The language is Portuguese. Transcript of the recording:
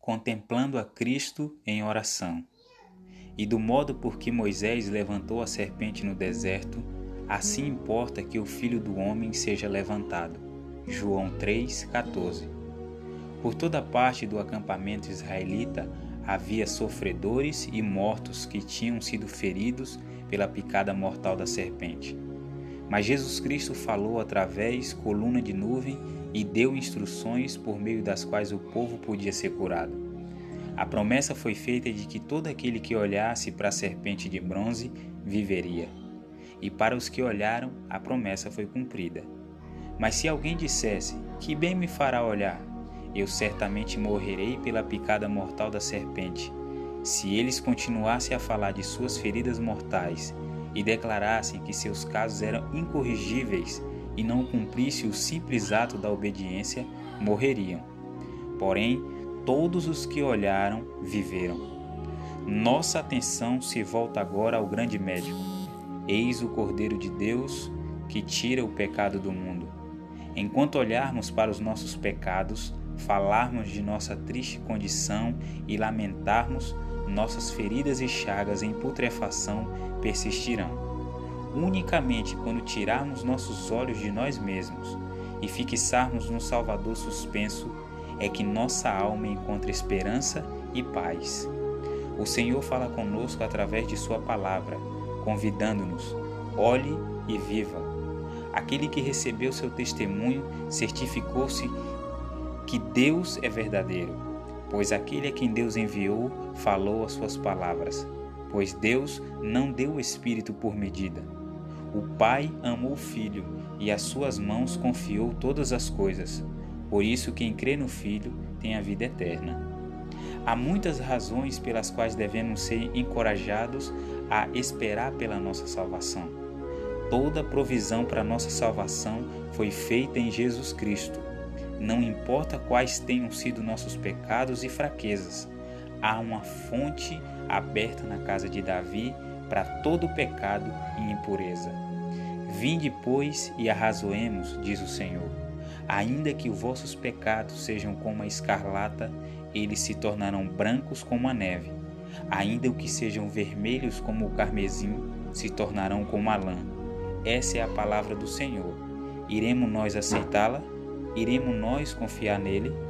contemplando a Cristo em oração. E do modo por que Moisés levantou a serpente no deserto, assim importa que o Filho do Homem seja levantado. João 3,14. Por toda parte do acampamento israelita havia sofredores e mortos que tinham sido feridos pela picada mortal da serpente. Mas Jesus Cristo falou através coluna de nuvem e deu instruções por meio das quais o povo podia ser curado. A promessa foi feita de que todo aquele que olhasse para a serpente de bronze viveria. E para os que olharam, a promessa foi cumprida. Mas se alguém dissesse, que bem me fará olhar? Eu certamente morrerei pela picada mortal da serpente. Se eles continuassem a falar de suas feridas mortais e declarassem que seus casos eram incorrigíveis e não cumprissem o simples ato da obediência, morreriam. Porém, todos os que olharam viveram. Nossa atenção se volta agora ao grande médico. Eis o Cordeiro de Deus que tira o pecado do mundo. Enquanto olharmos para os nossos pecados, falarmos de nossa triste condição e lamentarmos, nossas feridas e chagas em putrefação persistirão. Unicamente quando tirarmos nossos olhos de nós mesmos e fixarmos no Salvador suspenso, é que nossa alma encontra esperança e paz. O Senhor fala conosco através de sua palavra, convidando-nos: olhe e viva. Aquele que recebeu seu testemunho certificou-se que Deus é verdadeiro, pois aquele a quem Deus enviou falou as suas palavras, pois Deus não deu o Espírito por medida. O Pai amou o Filho e às suas mãos confiou todas as coisas. Por isso quem crê no Filho tem a vida eterna. Há muitas razões pelas quais devemos ser encorajados a esperar pela nossa salvação. Toda provisão para nossa salvação foi feita em Jesus Cristo. Não importa quais tenham sido nossos pecados e fraquezas, há uma fonte aberta na casa de Davi para todo pecado e impureza. Vinde, pois, e arrazoemos, diz o Senhor. Ainda que os vossos pecados sejam como a escarlata, eles se tornarão brancos como a neve. Ainda que sejam vermelhos como o carmesim, se tornarão como a lã. Essa é a palavra do Senhor. Iremos nós aceitá-la? Iremos nós confiar nele?